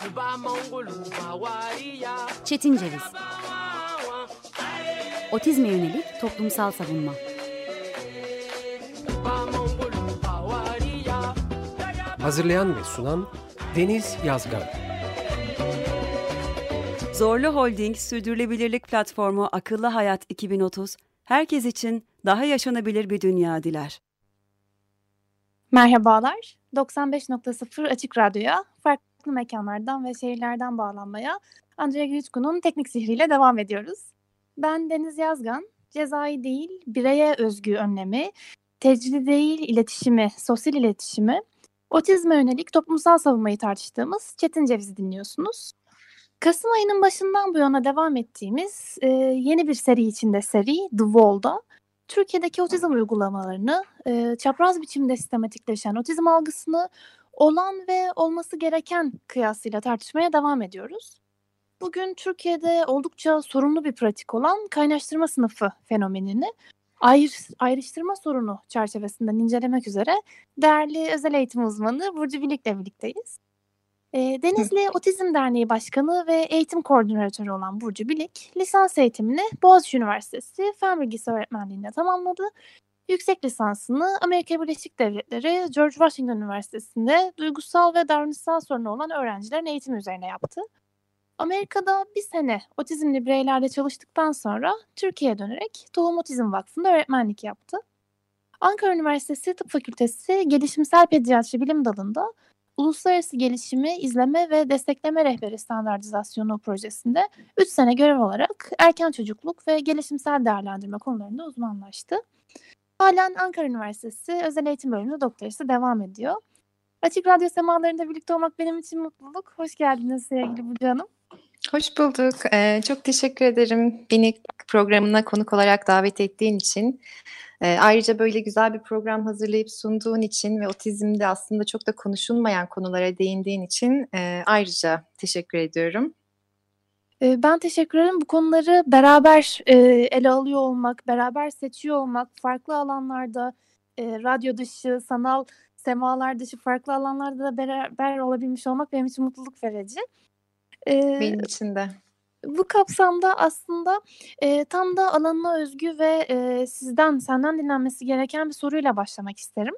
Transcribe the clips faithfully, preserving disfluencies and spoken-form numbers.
Çetin Ceviz. Otizme yönelik toplumsal savunma. Hazırlayan ve sunan Deniz Yazgan. Zorlu Holding Sürdürülebilirlik Platformu Akıllı Hayat iki bin otuz, herkes için daha yaşanabilir bir dünya diler. Merhabalar, doksan beş nokta sıfır Açık Radyo'ya, farklı mekanlardan ve şehirlerden bağlanmaya Andrea Gricko'nun teknik sihriyle devam ediyoruz. Ben Deniz Yazgan, cezai değil, bireye özgü önlemi, tecrübe değil, iletişimi, sosyal iletişimi, otizme yönelik toplumsal savunmayı tartıştığımız Çetin Ceviz'i dinliyorsunuz. Kasım ayının başından bu yana devam ettiğimiz e, yeni bir seri içinde seri The Wall'da Türkiye'deki otizm uygulamalarını, e, çapraz biçimde sistematikleşen otizm algısını olan ve olması gereken kıyasıyla tartışmaya devam ediyoruz. Bugün Türkiye'de oldukça sorunlu bir pratik olan kaynaştırma sınıfı fenomenini ayrı, ayrıştırma sorunu çerçevesinden incelemek üzere değerli özel eğitim uzmanı Burcu Bilik'le birlikteyiz. Denizli Otizm Derneği Başkanı ve eğitim koordinatörü olan Burcu Bilik, lisans eğitimini Boğaziçi Üniversitesi Fen Bilgisi Öğretmenliği'nde tamamladı. Yüksek lisansını Amerika Birleşik Devletleri George Washington Üniversitesi'nde duygusal ve davranışsal sorunu olan öğrencilerin eğitimi üzerine yaptı. Amerika'da bir sene otizmli bireylerle çalıştıktan sonra Türkiye'ye dönerek Tohum Otizm Vakfı'nda öğretmenlik yaptı. Ankara Üniversitesi Tıp Fakültesi Gelişimsel Pediatri Bilim Dalı'nda Uluslararası Gelişimi İzleme ve Destekleme Rehberi Standartizasyonu projesinde üç sene görev alarak erken çocukluk ve gelişimsel değerlendirme konularında uzmanlaştı. Halen Ankara Üniversitesi Özel Eğitim Bölümünde doktorası devam ediyor. Açık Radyo semalarında birlikte olmak benim için mutluluk. Hoş geldiniz sevgili Burcu Hanım. Hoş bulduk. Ee, çok teşekkür ederim beni programına konuk olarak davet ettiğin için. Ee, ayrıca böyle güzel bir program hazırlayıp sunduğun için ve otizmde aslında çok da konuşulmayan konulara değindiğin için e, ayrıca teşekkür ediyorum. Ben teşekkür ederim. Bu konuları beraber e, ele alıyor olmak, beraber seçiyor olmak, farklı alanlarda, e, radyo dışı, sanal semalar dışı farklı alanlarda da beraber olabilmiş olmak benim için mutluluk verici. E, benim için de. Bu kapsamda aslında e, tam da alanına özgü ve e, sizden, senden dinlenmesi gereken bir soruyla başlamak isterim.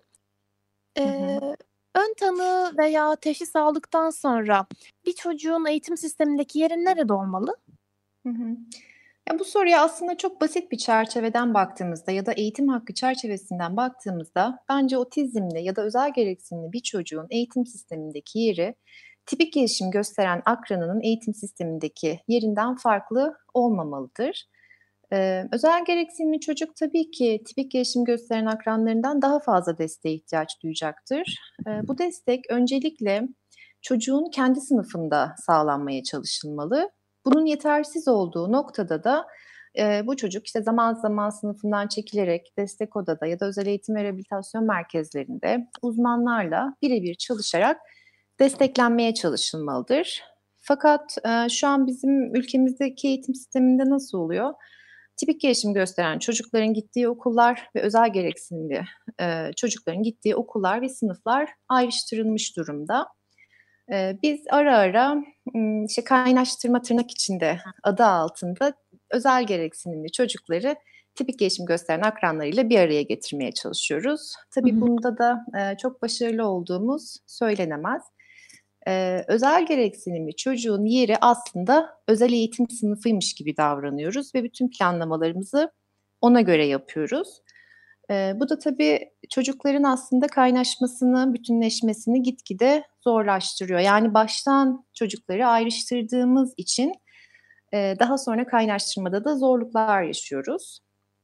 E, hı hı. Ön tanı veya teşhis aldıktan sonra bir çocuğun eğitim sistemindeki yeri nerede olmalı? Hı hı. Ya bu soruya aslında çok basit bir çerçeveden baktığımızda ya da eğitim hakkı çerçevesinden baktığımızda bence otizmli ya da özel gereksinimli bir çocuğun eğitim sistemindeki yeri tipik gelişim gösteren akranının eğitim sistemindeki yerinden farklı olmamalıdır. Ee, özel gereksinimli çocuk tabii ki tipik gelişim gösteren akranlarından daha fazla desteğe ihtiyaç duyacaktır. Ee, bu destek öncelikle çocuğun kendi sınıfında sağlanmaya çalışılmalı. Bunun yetersiz olduğu noktada da e, bu çocuk işte zaman zaman sınıfından çekilerek destek odada ya da özel eğitim ve rehabilitasyon merkezlerinde uzmanlarla birebir çalışarak desteklenmeye çalışılmalıdır. Fakat e, şu an bizim ülkemizdeki eğitim sisteminde nasıl oluyor? Tipik gelişim gösteren çocukların gittiği okullar ve özel gereksinimli e, çocukların gittiği okullar ve sınıflar ayrıştırılmış durumda. E, biz ara ara işte kaynaştırma tırnak içinde adı altında özel gereksinimli çocukları tipik gelişim gösteren akranlarıyla bir araya getirmeye çalışıyoruz. Tabii hı hı. Bunda da e, çok başarılı olduğumuz söylenemez. Ee, özel gereksinimli çocuğun yeri aslında özel eğitim sınıfıymış gibi davranıyoruz ve bütün planlamalarımızı ona göre yapıyoruz. Ee, bu da tabii çocukların aslında kaynaşmasını, bütünleşmesini gitgide zorlaştırıyor. Yani baştan çocukları ayrıştırdığımız için e, daha sonra kaynaştırmada da zorluklar yaşıyoruz.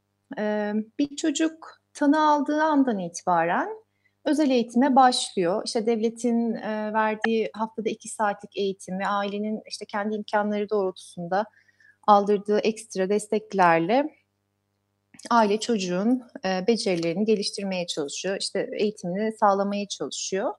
Ee, bir çocuk tanı aldığı andan itibaren özel eğitime başlıyor. İşte devletin e, verdiği haftada iki saatlik eğitim ve ailenin işte kendi imkanları doğrultusunda aldırdığı ekstra desteklerle aile çocuğun e, becerilerini geliştirmeye çalışıyor. İşte eğitimini sağlamaya çalışıyor.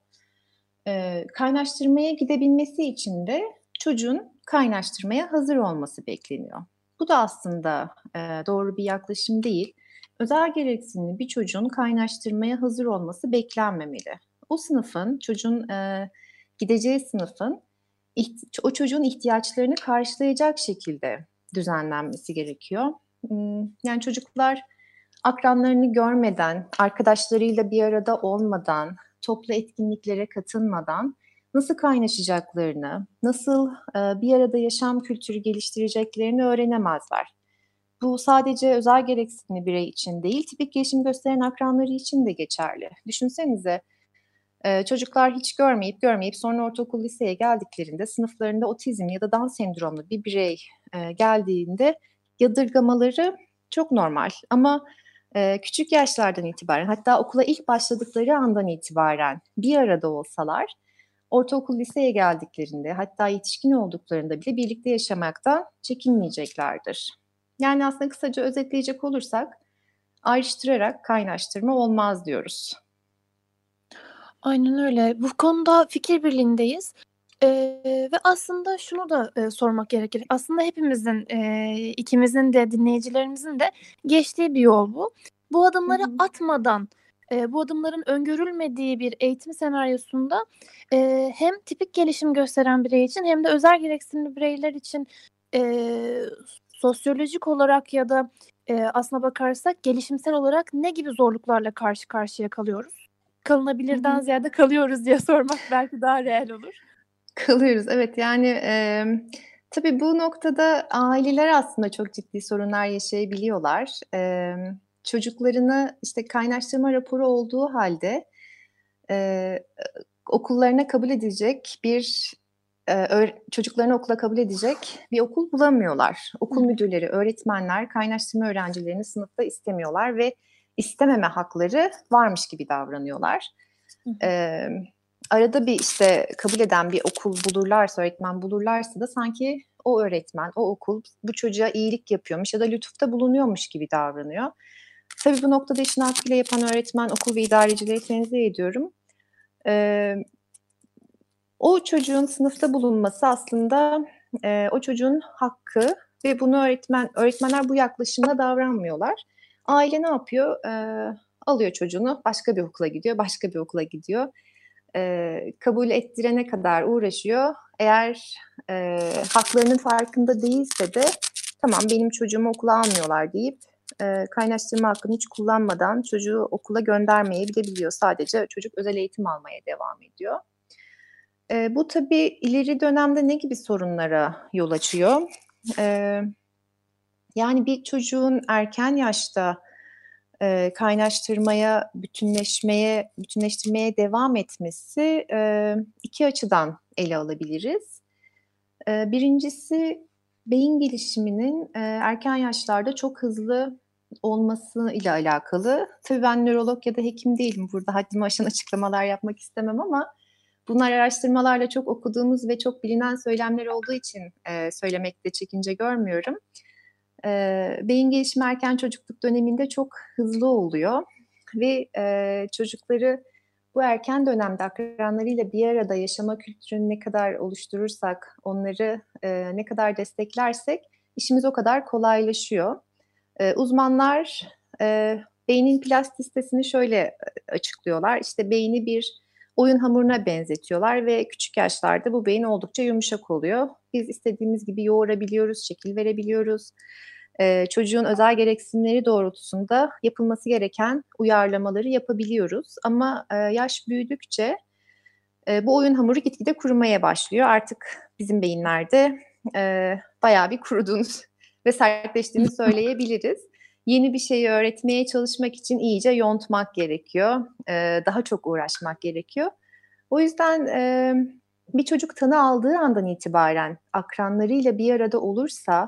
E, kaynaştırmaya gidebilmesi için de çocuğun kaynaştırmaya hazır olması bekleniyor. Bu da aslında e, doğru bir yaklaşım değil. Özel gereksinimli bir çocuğun kaynaştırmaya hazır olması beklenmemeli. O sınıfın, çocuğun e, gideceği sınıfın iht- o çocuğun ihtiyaçlarını karşılayacak şekilde düzenlenmesi gerekiyor. Hmm, Yani çocuklar akranlarını görmeden, arkadaşlarıyla bir arada olmadan, toplu etkinliklere katılmadan nasıl kaynaşacaklarını, nasıl e, bir arada yaşam kültürü geliştireceklerini öğrenemezler. Bu sadece özel gereksinimli birey için değil, tipik gelişim gösteren akranları için de geçerli. Düşünsenize, e, çocuklar hiç görmeyip görmeyip sonra ortaokul, liseye geldiklerinde sınıflarında otizm ya da Down sendromlu bir birey e, geldiğinde yadırgamaları çok normal. Ama e, küçük yaşlardan itibaren, hatta okula ilk başladıkları andan itibaren bir arada olsalar, ortaokul, liseye geldiklerinde, hatta yetişkin olduklarında bile birlikte yaşamaktan çekinmeyeceklerdir. Yani aslında kısaca özetleyecek olursak, ayrıştırarak kaynaştırma olmaz diyoruz. Aynen öyle. Bu konuda fikir birliğindeyiz. Ee, ve aslında şunu da e, sormak gerekir. Aslında hepimizin, e, ikimizin de dinleyicilerimizin de geçtiği bir yol bu. Bu adımları Hı hı. atmadan, e, bu adımların öngörülmediği bir eğitim senaryosunda e, hem tipik gelişim gösteren birey için hem de özel gereksinimli bireyler için e, sosyolojik olarak ya da e, aslına bakarsak gelişimsel olarak ne gibi zorluklarla karşı karşıya kalıyoruz? Hı Kalınabilirden hı. ziyade kalıyoruz diye sormak belki daha reel olur. Kalıyoruz, evet. Yani e, tabii bu noktada aileler aslında çok ciddi sorunlar yaşayabiliyorlar. E, çocuklarını işte kaynaştırma raporu olduğu halde e, okullarına kabul edecek bir e, öğ- çocuklarını okula kabul edecek bir okul bulamıyorlar. Okul müdürleri, öğretmenler kaynaştırma öğrencilerini sınıfta istemiyorlar ve istememe hakları varmış gibi davranıyorlar. E, arada bir işte kabul eden bir okul bulurlarsa, öğretmen bulurlarsa da sanki o öğretmen, o okul bu çocuğa iyilik yapıyormuş ya da lütufta bulunuyormuş gibi davranıyor. Tabii bu noktada işini hakkıyla yapan öğretmen, okul ve idarecileri tenzih ediyorum. Ee, o çocuğun sınıfta bulunması aslında e, o çocuğun hakkı ve bunu öğretmen öğretmenler bu yaklaşımla davranmıyorlar. Aile ne yapıyor? Ee, alıyor çocuğunu, başka bir okula gidiyor, başka bir okula gidiyor. Ee, kabul ettirene kadar uğraşıyor. Eğer e, haklarının farkında değilse de tamam benim çocuğumu okula almıyorlar deyip e, kaynaştırma hakkını hiç kullanmadan çocuğu okula göndermeye gidebiliyor. Sadece çocuk özel eğitim almaya devam ediyor. E, bu tabii ileri dönemde ne gibi sorunlara yol açıyor? E, yani bir çocuğun erken yaşta e, kaynaştırmaya, bütünleşmeye, bütünleştirmeye devam etmesi e, iki açıdan ele alabiliriz. E, birincisi beyin gelişiminin e, erken yaşlarda çok hızlı olmasıyla alakalı. Tabii ben nörolog ya da hekim değilim. Burada haddimi aşan açıklamalar yapmak istemem ama bunlar araştırmalarla çok okuduğumuz ve çok bilinen söylemler olduğu için e, söylemekte çekince görmüyorum. E, beyin gelişimi erken çocukluk döneminde çok hızlı oluyor ve e, çocukları bu erken dönemde akranlarıyla bir arada yaşama kültürünü ne kadar oluşturursak, onları e, ne kadar desteklersek işimiz o kadar kolaylaşıyor. E, uzmanlar e, beynin plastisitesini şöyle açıklıyorlar. İşte beyni bir oyun hamuruna benzetiyorlar ve küçük yaşlarda bu beyin oldukça yumuşak oluyor. Biz istediğimiz gibi yoğurabiliyoruz, şekil verebiliyoruz. Ee, çocuğun özel gereksinimleri doğrultusunda yapılması gereken uyarlamaları yapabiliyoruz. Ama e, yaş büyüdükçe e, bu oyun hamuru gitgide kurumaya başlıyor. Artık bizim beyinlerde e, bayağı bir kuruduğunu ve sertleştiğini söyleyebiliriz. Yeni bir şeyi öğretmeye çalışmak için iyice yontmak gerekiyor. E, daha çok uğraşmak gerekiyor. O yüzden e, bir çocuk tanı aldığı andan itibaren akranlarıyla bir arada olursa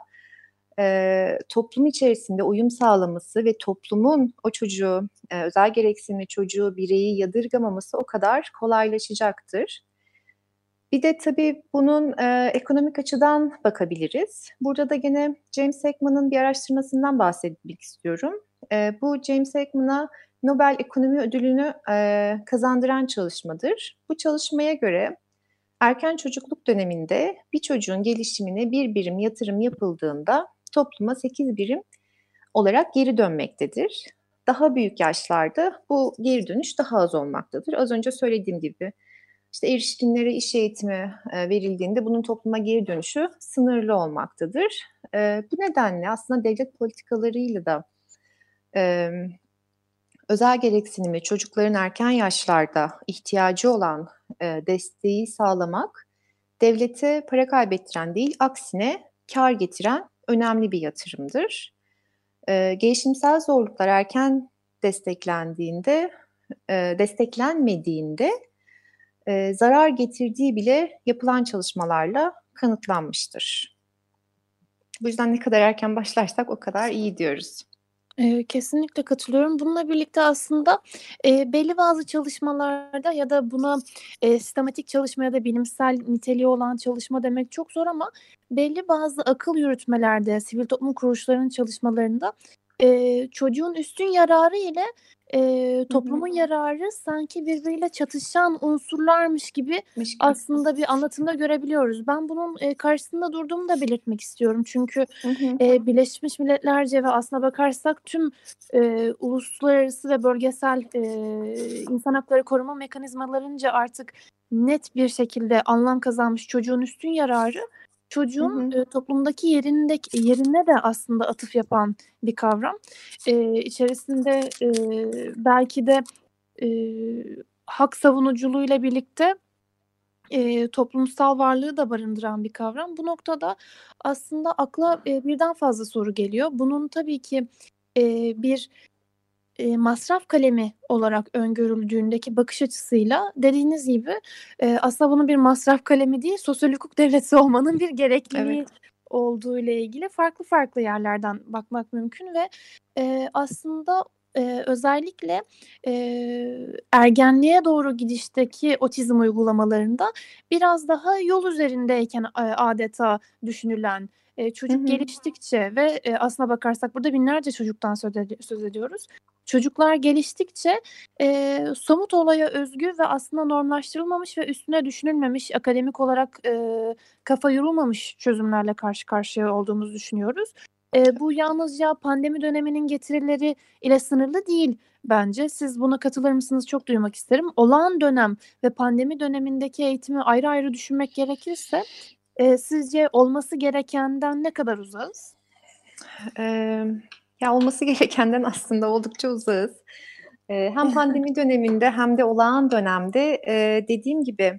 e, toplum içerisinde uyum sağlaması ve toplumun o çocuğu, e, özel gereksinimli çocuğu, bireyi yadırgamaması o kadar kolaylaşacaktır. Bir de tabii bunun e, ekonomik açıdan bakabiliriz. Burada da gene James Heckman'ın bir araştırmasından bahsetmek istiyorum. E, bu James Heckman'a Nobel Ekonomi Ödülünü e, kazandıran çalışmadır. Bu çalışmaya göre erken çocukluk döneminde bir çocuğun gelişimine bir birim yatırım yapıldığında topluma sekiz birim olarak geri dönmektedir. Daha büyük yaşlarda bu geri dönüş daha az olmaktadır. Az önce söylediğim gibi İşte erişkinlere iş eğitimi e, verildiğinde bunun topluma geri dönüşü sınırlı olmaktadır. E, bu nedenle aslında devlet politikalarıyla da e, özel gereksinimli çocukların erken yaşlarda ihtiyacı olan e, desteği sağlamak devlete para kaybettiren değil, aksine kar getiren önemli bir yatırımdır. E, gelişimsel zorluklar erken desteklendiğinde, e, desteklenmediğinde e, zarar getirdiği bile yapılan çalışmalarla kanıtlanmıştır. Bu yüzden ne kadar erken başlarsak o kadar iyi diyoruz. Eee, kesinlikle katılıyorum. Bununla birlikte aslında eee, belli bazı çalışmalarda ya da buna eee, sistematik çalışma ya da bilimsel niteliği olan çalışma demek çok zor ama belli bazı akıl yürütmelerde, sivil toplum kuruluşlarının çalışmalarında eee, çocuğun üstün yararı ile eee, toplumun yararı sanki birbiriyle çatışan unsurlarmış gibi Mış- aslında bir anlatımda görebiliyoruz. Ben bunun eee, karşısında durduğumu da belirtmek istiyorum. Çünkü Hı hı. Eee, Birleşmiş Milletlerce ve aslına bakarsak tüm eee, uluslararası ve bölgesel eee, insan hakları koruma mekanizmalarınca artık net bir şekilde anlam kazanmış çocuğun üstün yararı, Hı çocuğun hı. eee, toplumdaki yerindeki yerine de aslında atıf yapan bir kavram. Eee içerisinde eee, belki de eee, hak savunuculuğuyla birlikte Eee, toplumsal varlığı da barındıran bir kavram. Bu noktada aslında akla, eee, birden fazla soru geliyor. Bunun tabii ki, eee, bir, eee, masraf kalemi olarak öngörüldüğündeki bakış açısıyla dediğiniz gibi, eee, aslında bunun bir masraf kalemi değil, sosyal hukuk devleti olmanın bir Evet. gerekliliği olduğu ile ilgili farklı farklı yerlerden bakmak mümkün ve, eee, aslında, eee, özellikle, eee, ergenliğe doğru gidişteki otizm uygulamalarında biraz daha yol üzerindeyken, eee, adeta düşünülen, eee, Hı çocuk hı. geliştikçe ve, eee, aslına bakarsak burada binlerce çocuktan söz edi söz ediyoruz. Çocuklar geliştikçe, eee, somut olaya özgü ve aslında normlaştırılmamış ve üstüne düşünülmemiş, akademik olarak, eee, kafa yorulmamış çözümlerle karşı karşıya olduğumuzu düşünüyoruz. Eee, bu yalnızca pandemi döneminin getirileri ile sınırlı değil bence. Siz buna katılır mısınız çok duymak isterim. Olağan dönem ve pandemi dönemindeki eğitimi ayrı ayrı düşünmek gerekirse, eee, sizce olması gerekenden ne kadar uzağız? Emm, ya, olması gerekenden aslında oldukça uzağız. Eee, hem pandemi döneminde hem de olağan dönemde, eee, dediğim gibi,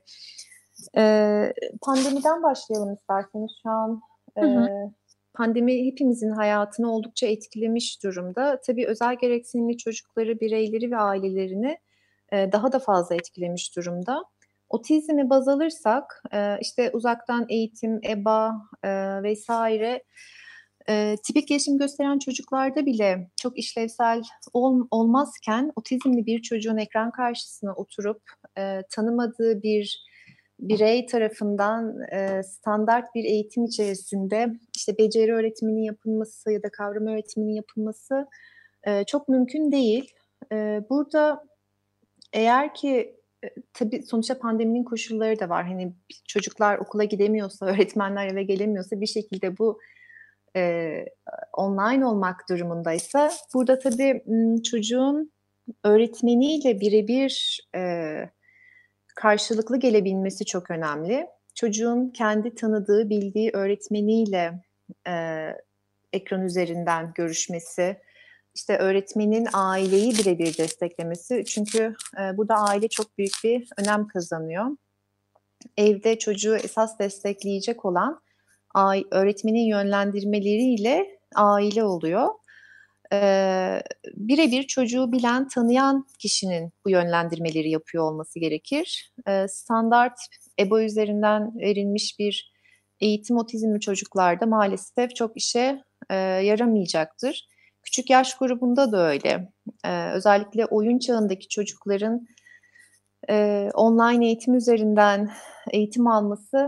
eee, pandemiden başlayalım isterseniz. Şu an, Hı hı. eee, pandemi hepimizin hayatını oldukça etkilemiş durumda. Tabii özel gereksinimli çocukları, bireyleri ve ailelerini, eee, daha da fazla etkilemiş durumda. Otizmi baz alırsak, eee, işte, uzaktan eğitim, EBA, eee, vesaire, eee, tipik gelişim gösteren çocuklarda bile çok işlevsel ol olmazken otizmli bir çocuğun ekran karşısına oturup, eee, tanımadığı bir birey tarafından, eee, standart bir eğitim içerisinde, işte, beceri öğretiminin yapılması ya da kavram öğretiminin yapılması, eee, çok mümkün değil. Eee, burada eğer ki, eee, tabii sonuçta pandeminin koşulları da var. Hani, çocuklar okula gidemiyorsa, öğretmenler eve gelemiyorsa bir şekilde bu, eee, online olmak durumundaysa burada tabii, ımm, çocuğun öğretmeniyle birebir, eee, karşılıklı gelebilmesi çok önemli. Çocuğun kendi tanıdığı, bildiği öğretmeniyle, eee, ekran üzerinden görüşmesi, işte, öğretmenin aileyi birebir desteklemesi çünkü, eee, burada aile çok büyük bir önem kazanıyor. Evde çocuğu esas destekleyecek olan ay öğretmenin yönlendirmeleriyle aile oluyor. Eee, birebir çocuğu bilen, tanıyan kişinin bu yönlendirmeleri yapıyor olması gerekir. Eee, standart EBA üzerinden verilmiş bir eğitim otizmli çocuklarda maalesef çok işe, eee, yaramayacaktır. Küçük yaş grubunda da öyle. Eee, özellikle oyun çağındaki çocukların, eee, online eğitim üzerinden eğitim alması,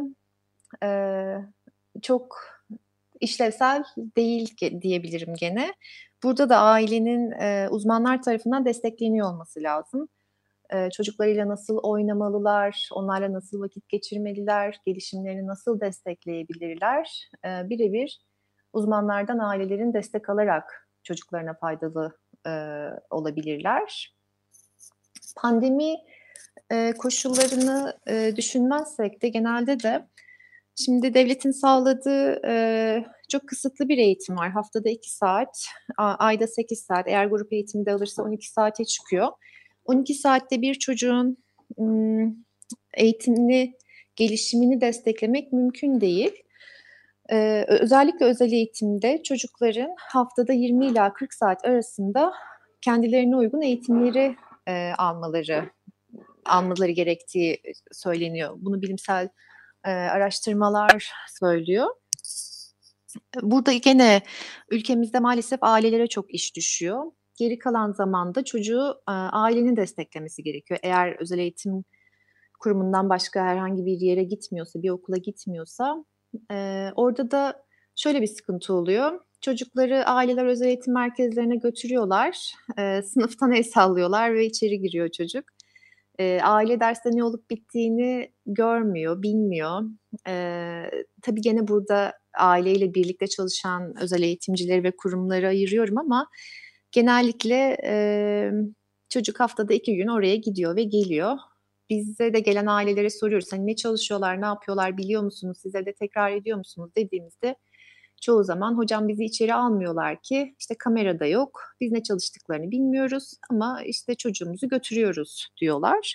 eee, çok işlevsel değil ge diyebilirim gene. Burada da ailenin, eee, uzmanlar tarafından destekleniyor olması lazım. Eee, çocuklarıyla nasıl oynamalılar, onlarla nasıl vakit geçirmeliler, gelişimlerini nasıl destekleyebilirler? Eee, birebir uzmanlardan ailelerin destek alarak çocuklarına faydalı, eee, olabilirler. Pandemi, e, koşullarını e, düşünmezsek de genelde de şimdi devletin sağladığı e, çok kısıtlı bir eğitim var. Haftada iki saat, a- ayda sekiz saat. Eğer grup eğitimi de alırsa on iki saate çıkıyor. on iki saatte bir çocuğun ım, eğitimini, gelişimini desteklemek mümkün değil. Ee, özellikle özel eğitimde çocukların haftada yirmi ila kırk saat arasında kendilerine uygun eğitimleri e, almaları almaları gerektiği söyleniyor. Bunu bilimsel e, araştırmalar söylüyor. Burada gene ülkemizde maalesef ailelere çok iş düşüyor. Geri kalan zamanda çocuğu e, ailenin desteklemesi gerekiyor. Eğer özel eğitim kurumundan başka herhangi bir yere gitmiyorsa, bir okula gitmiyorsa e, orada da şöyle bir sıkıntı oluyor. Çocukları aileler özel eğitim merkezlerine götürüyorlar. E, sınıftan el sallıyorlar ve içeri giriyor çocuk. E, aile derste ne olup bittiğini görmüyor, bilmiyor. E, tabii gene burada aileyle birlikte çalışan özel eğitimcileri ve kurumları ayırıyorum ama genellikle e, çocuk haftada iki gün oraya gidiyor ve geliyor. Bize de gelen ailelere soruyoruz. Hani ne çalışıyorlar, ne yapıyorlar biliyor musunuz? Size de tekrar ediyor musunuz dediğimizde çoğu zaman hocam bizi içeri almıyorlar ki işte kamerada yok. Biz ne çalıştıklarını bilmiyoruz ama işte çocuğumuzu götürüyoruz diyorlar.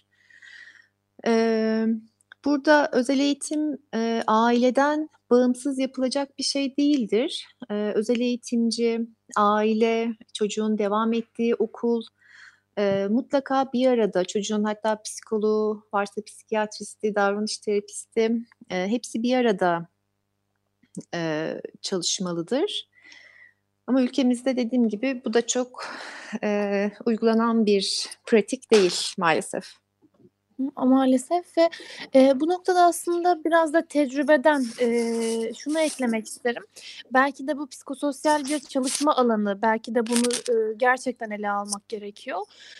Ee, burada özel eğitim e, aileden bağımsız yapılacak bir şey değildir. Ee, özel eğitimci, aile, çocuğun devam ettiği okul e, mutlaka bir arada çocuğun hatta psikoloğu varsa psikiyatristi, davranış terapisti e, hepsi bir arada e, çalışmalıdır. Ama ülkemizde dediğim gibi bu da çok e, uygulanan bir pratik değil maalesef. Maalesef ve e, bu noktada aslında biraz da tecrübeden e, şunu eklemek isterim. Belki de bu psikososyal bir çalışma alanı, belki de bunu e, gerçekten ele almak gerekiyor.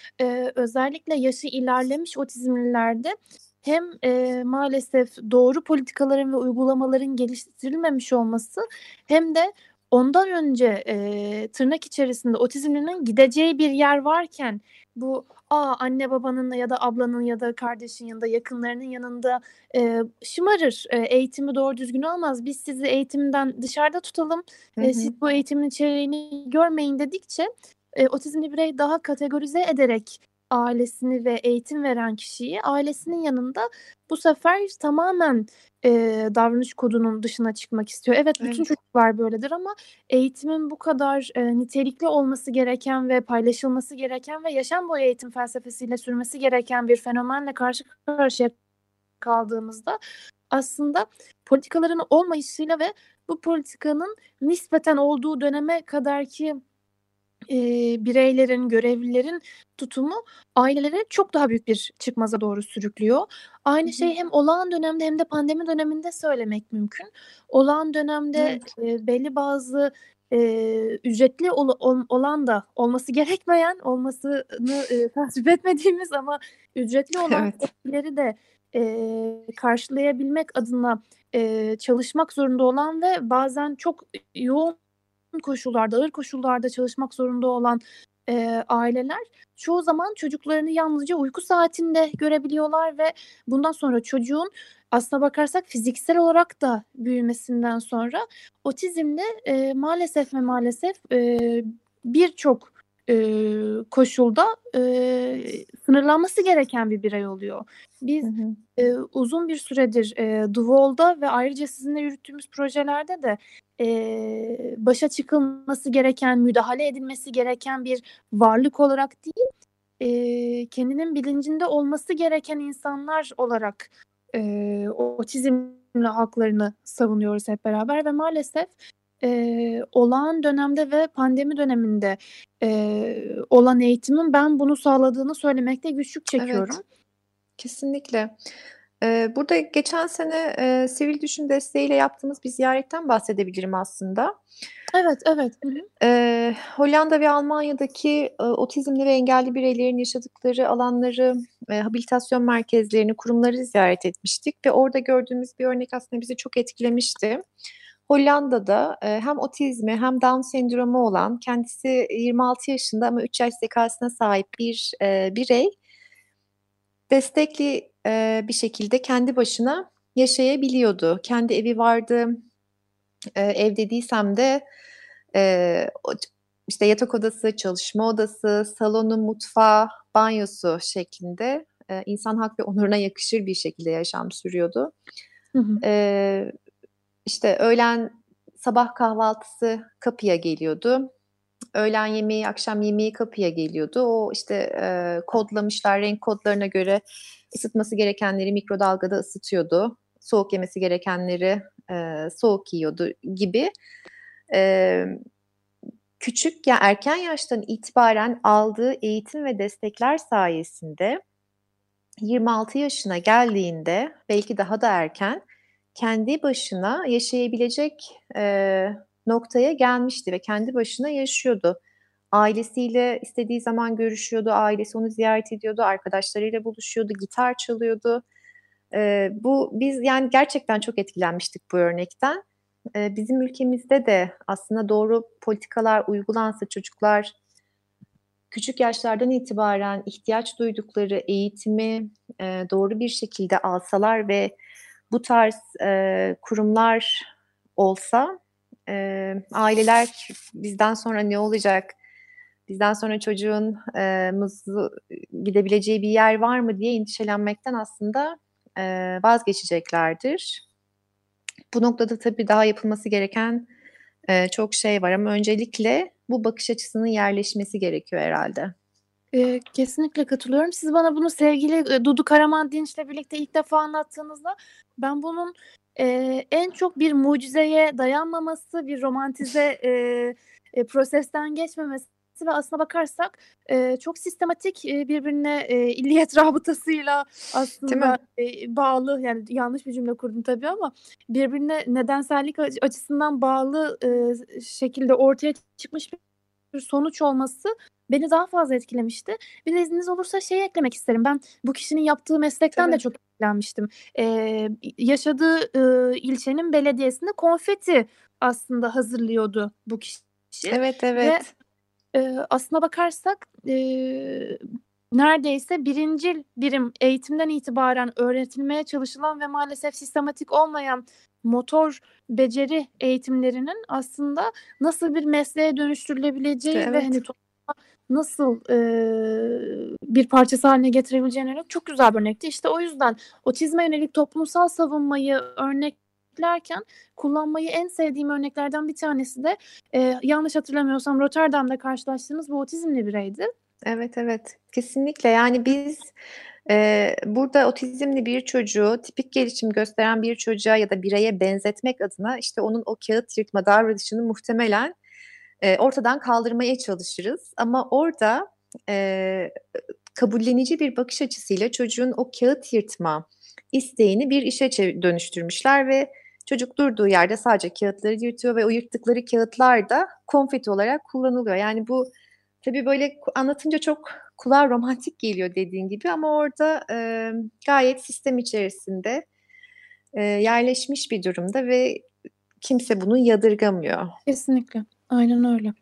E, özellikle yaşı ilerlemiş otizmlilerde hem e, maalesef doğru politikaların ve uygulamaların geliştirilmemiş olması hem de ondan önce e, tırnak içerisinde otizmlinin gideceği bir yer varken bu Aa, anne babanın ya da ablanın ya da kardeşin yanında yakınlarının yanında e, şımarır. E, eğitimi doğru düzgün olmaz. Biz sizi eğitimden dışarıda tutalım. Hı E, hı. siz bu eğitimin içeriğini görmeyin dedikçe e, otizmli birey daha kategorize ederek ailesini ve eğitim veren kişiyi ailesinin yanında bu sefer tamamen e, davranış kodunun dışına çıkmak istiyor. Evet, bütün Evet. çocuklar böyledir ama eğitimin bu kadar e, nitelikli olması gereken ve paylaşılması gereken ve yaşam boyu eğitim felsefesiyle sürmesi gereken bir fenomenle karşı karşıya kaldığımızda aslında politikaların olmayışıyla ve bu politikanın nispeten olduğu döneme kadarki e, bireylerin, görevlilerin tutumu ailelere çok daha büyük bir çıkmaza doğru sürüklüyor. Aynı Hı hı. şey hem olağan dönemde hem de pandemi döneminde söylemek mümkün. Olağan dönemde Evet. e, belli bazı e, ücretli ol- ol- olan da olması gerekmeyen, olmasını e, tasvip etmediğimiz ama ücretli olan Evet. eğitimleri de e, karşılayabilmek adına e, çalışmak zorunda olan ve bazen çok yoğun koşullarda, ağır koşullarda çalışmak zorunda olan e, aileler çoğu zaman çocuklarını yalnızca uyku saatinde görebiliyorlar ve bundan sonra çocuğun aslına bakarsak fiziksel olarak da büyümesinden sonra otizmle e, maalesef ve maalesef e, birçok e, koşulda e, sınırlanması gereken bir birey oluyor. Biz Hı hı. e, uzun bir süredir e, The Wall'da ve ayrıca sizinle yürüttüğümüz projelerde de e, başa çıkılması gereken, müdahale edilmesi gereken bir varlık olarak değil, e, kendinin bilincinde olması gereken insanlar olarak e, otizmle haklarını savunuyoruz hep beraber ve maalesef e, olağan dönemde ve pandemi döneminde e, olan eğitimin ben bunu sağladığını söylemekte güçlük çekiyorum. Evet. Kesinlikle. Ee, burada geçen sene e, sivil düşün desteğiyle yaptığımız bir ziyaretten bahsedebilirim aslında. Evet, evet. Hı hı. Ee, Hollanda ve Almanya'daki e, otizmli ve engelli bireylerin yaşadıkları alanları, e, habilitasyon merkezlerini, kurumları ziyaret etmiştik ve orada gördüğümüz bir örnek aslında bizi çok etkilemişti. Hollanda'da e, hem otizmi hem Down sendromu olan, kendisi yirmi altı yaşında ama üç yaş zekasına sahip bir e, birey destekli e, bir şekilde kendi başına yaşayabiliyordu. Kendi evi vardı. E, ev dediysem de e, o- işte yatak odası, çalışma odası, salonu, mutfağı, banyosu şeklinde e, insan hak ve onuruna yakışır bir şekilde yaşam sürüyordu. Hı hı. E, işte öğlen sabah kahvaltısı kapıya geliyordu. Öğlen yemeği, akşam yemeği kapıya geliyordu. O işte e, kodlamışlar, renk kodlarına göre ısıtması gerekenleri mikrodalgada ısıtıyordu. Soğuk yemesi gerekenleri e, soğuk yiyordu gibi. E, küçük ya erken yaştan itibaren aldığı eğitim ve destekler sayesinde yirmi altı yaşına geldiğinde belki daha da erken kendi başına yaşayabilecek e, noktaya gelmişti ve kendi başına yaşıyordu. Ailesiyle istediği zaman görüşüyordu, ailesi onu ziyaret ediyordu, arkadaşlarıyla buluşuyordu, gitar çalıyordu. E, bu biz yani gerçekten çok etkilenmiştik bu örnekten. E, bizim ülkemizde de aslında doğru politikalar uygulansa çocuklar küçük yaşlardan itibaren ihtiyaç duydukları eğitimi e, doğru bir şekilde alsalar ve bu tarz e, kurumlar olsa e, aileler bizden sonra ne olacak, bizden sonra çocuğun e, mızı, gidebileceği bir yer var mı diye endişelenmekten aslında e, vazgeçeceklerdir. Bu noktada tabii daha yapılması gereken e, çok şey var ama öncelikle bu bakış açısının yerleşmesi gerekiyor herhalde. Ee, kesinlikle katılıyorum. Siz bana bunu sevgili e, Dudu Karaman Dinç'le birlikte ilk defa anlattığınızda ben bunun e, en çok bir mucizeye dayanmaması, bir romantize e, e, prosesten geçmemesi ve aslına bakarsak e, çok sistematik e, birbirine e, illiyet rabıtasıyla Değil mi? aslında e, bağlı, yani yanlış bir cümle kurdum tabii ama birbirine nedensellik açı- açısından bağlı e, şekilde ortaya çıkmış bir sonuç olması beni daha fazla etkilemişti. Bir de izniniz olursa şey eklemek isterim. Ben bu kişinin yaptığı meslekten de Tabii. çok etkilenmiştim. Ee, yaşadığı e, ilçenin belediyesinde konfeti aslında hazırlıyordu bu kişi. Evet, Ve evet. e, aslına bakarsak e, neredeyse birincil birim eğitimden itibaren öğretilmeye çalışılan ve maalesef sistematik olmayan motor beceri eğitimlerinin aslında nasıl bir mesleğe dönüştürülebileceği ve Evet. hani topluma nasıl e, bir parçası haline getirebileceğine yönelik çok güzel bir örnekti. İşte o yüzden otizme yönelik toplumsal savunmayı örneklerken kullanmayı en sevdiğim örneklerden bir tanesi de e, yanlış hatırlamıyorsam Rotterdam'da karşılaştığımız bu otizmli bireydi. Evet, evet. Kesinlikle. Yani biz e, burada otizmli bir çocuğu tipik gelişim gösteren bir çocuğa ya da bireye benzetmek adına işte onun o kağıt yırtma davranışını muhtemelen e, ortadan kaldırmaya çalışırız. Ama orada e, kabullenici bir bakış açısıyla çocuğun o kağıt yırtma isteğini bir işe çev- dönüştürmüşler ve çocuk durduğu yerde sadece kağıtları yırtıyor ve o yırttıkları kağıtlar da konfeti olarak kullanılıyor. Yani bu tabii böyle anlatınca çok kulağa romantik geliyor dediğin gibi ama orada e, gayet sistem içerisinde e, yerleşmiş bir durumda ve kimse bunu yadırgamıyor. Kesinlikle. Aynen öyle.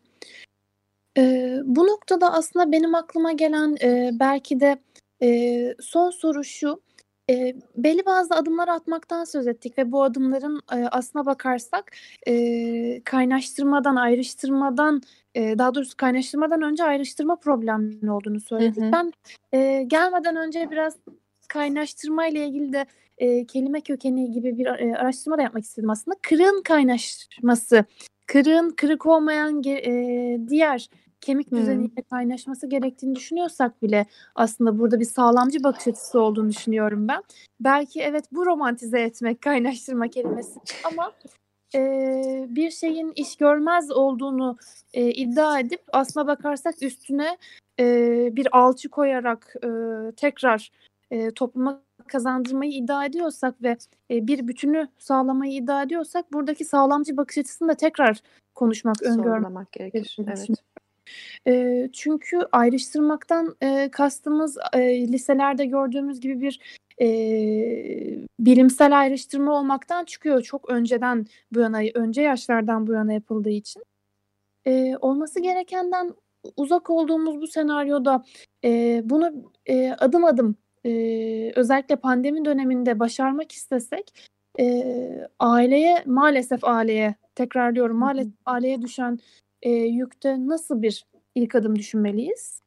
Ee, bu noktada aslında benim aklıma gelen e, belki de e, son soru şu. E, belli bazı adımlar atmaktan söz ettik ve bu adımların e, aslına bakarsak e, kaynaştırmadan, ayrıştırmadan, e, daha doğrusu kaynaştırmadan önce ayrıştırma problemli olduğunu Hı söyledik. hı. Ben e, gelmeden önce biraz kaynaştırma ile ilgili de e, kelime kökeni gibi bir e, araştırma da yapmak istedim aslında. Kırığın kaynaşması, kırığın kırık olmayan ge- e, diğer kemik Hı. düzeniyle kaynaşması gerektiğini düşünüyorsak bile aslında burada bir sağlamcı bakış açısı olduğunu düşünüyorum ben. Belki evet bu romantize etmek kaynaştırma kelimesi ama e, bir şeyin iş görmez olduğunu e, iddia edip aslına bakarsak üstüne e, bir alçı koyarak e, tekrar e, topluma kazandırmayı iddia ediyorsak ve e, bir bütünü sağlamayı iddia ediyorsak buradaki sağlamcı bakış açısını da tekrar konuşmak, öngörmek Sorgulamak gerekir. gerektiğini Evet. düşünüyorum. E, çünkü ayrıştırmaktan e, kastımız e, liselerde gördüğümüz gibi bir e, bilimsel ayrıştırma olmaktan çıkıyor. Çok önceden bu yana, önce yaşlardan bu yana yapıldığı için. E, olması gerekenden uzak olduğumuz bu senaryoda e, bunu e, adım adım e, özellikle pandemi döneminde başarmak istesek e, aileye maalesef aileye tekrarlıyorum maalesef aileye düşen e, yükte nasıl bir ilk adım düşünmeliyiz?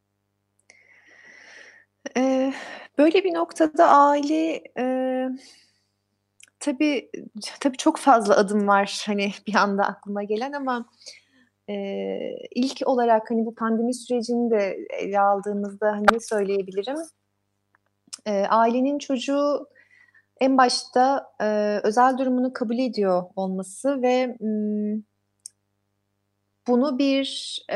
Ee, böyle bir noktada aile e, tabii tabii çok fazla adım var hani bir anda aklıma gelen ama e, ilk olarak hani bu pandemi sürecini de ele aldığımızda hani ne söyleyebilirim? E, ailenin çocuğu en başta e, özel durumunu kabul ediyor olması ve m, bunu bir e,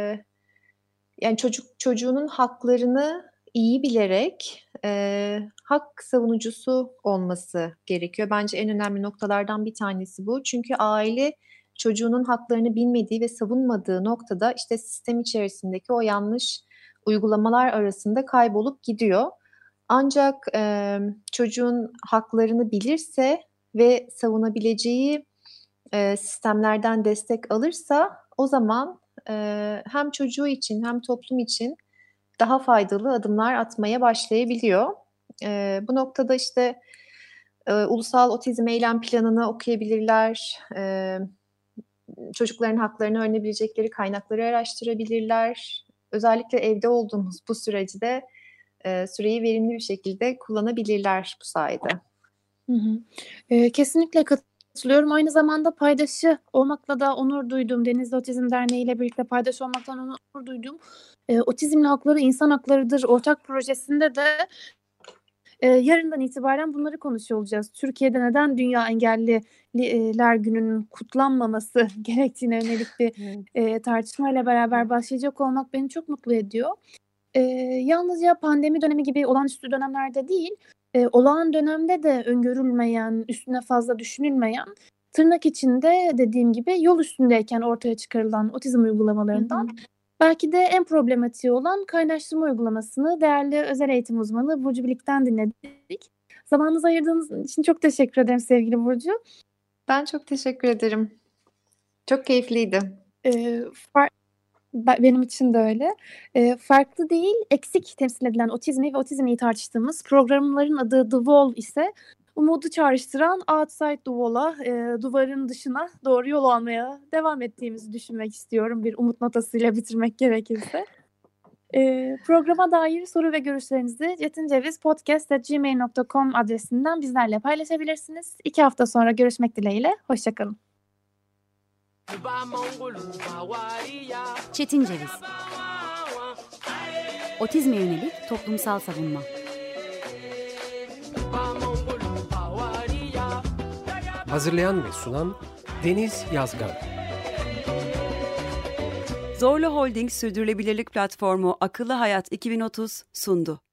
yani çocuk çocuğunun haklarını iyi bilerek e, hak savunucusu olması gerekiyor. Bence en önemli noktalardan bir tanesi bu. Çünkü aile çocuğunun haklarını bilmediği ve savunmadığı noktada işte sistem içerisindeki o yanlış uygulamalar arasında kaybolup gidiyor. Ancak e, çocuğun haklarını bilirse ve savunabileceği e, sistemlerden destek alırsa o zaman e, hem çocuğu için hem toplum için daha faydalı adımlar atmaya başlayabiliyor. E, bu noktada işte e, Ulusal Otizm Eylem Planı'nı okuyabilirler, e, çocukların haklarını öğrenebilecekleri kaynakları araştırabilirler. Özellikle evde olduğumuz bu süreci e, süreyi verimli bir şekilde kullanabilirler bu sayede. Hı hı. E, kesinlikle katılıyorum. Aynı zamanda paydaşı olmakla da onur duyduğum, Denizli Otizm Derneği ile birlikte paydaş olmaktan onur duyduğum e, Otizmli Hakları İnsan Haklarıdır ortak projesinde de e, yarından itibaren bunları konuşuyor olacağız. Türkiye'de neden Dünya Engelliler Günü'nün kutlanmaması gerektiğine yönelik bir e, tartışmayla beraber başlayacak olmak beni çok mutlu ediyor. E, yalnızca pandemi dönemi gibi olağanüstü dönemlerde değil, e, olağan dönemde de öngörülmeyen, üstüne fazla düşünülmeyen, tırnak içinde dediğim gibi yol üstündeyken ortaya çıkarılan otizm uygulamalarından hı hı. belki de en problematiği olan kaynaştırma uygulamasını değerli özel eğitim uzmanı Burcu Bilik'ten dinledik. Zamanınızı ayırdığınız için çok teşekkür ederim sevgili Burcu. Ben çok teşekkür ederim. Çok keyifliydi. E, far- Benim için de öyle. E, farklı değil, eksik temsil edilen otizmi ve otizmliği tartıştığımız programların adı The Wall ise umudu çağrıştıran outside the wall'a, e, duvarın dışına doğru yol almaya devam ettiğimizi düşünmek istiyorum. Bir umut notasıyla bitirmek gerekirse. E, programa dair soru ve görüşlerinizi cetincevizpodcast at gmail nokta com adresinden bizlerle paylaşabilirsiniz. İki hafta sonra görüşmek dileğiyle. Hoşçakalın. Çetin Ceviz. Otizme yönelik toplumsal savunma. Hazırlayan ve sunan Deniz Yazgan. Zorlu Holding Sürdürülebilirlik Platformu Akıllı Hayat iki bin otuz sundu.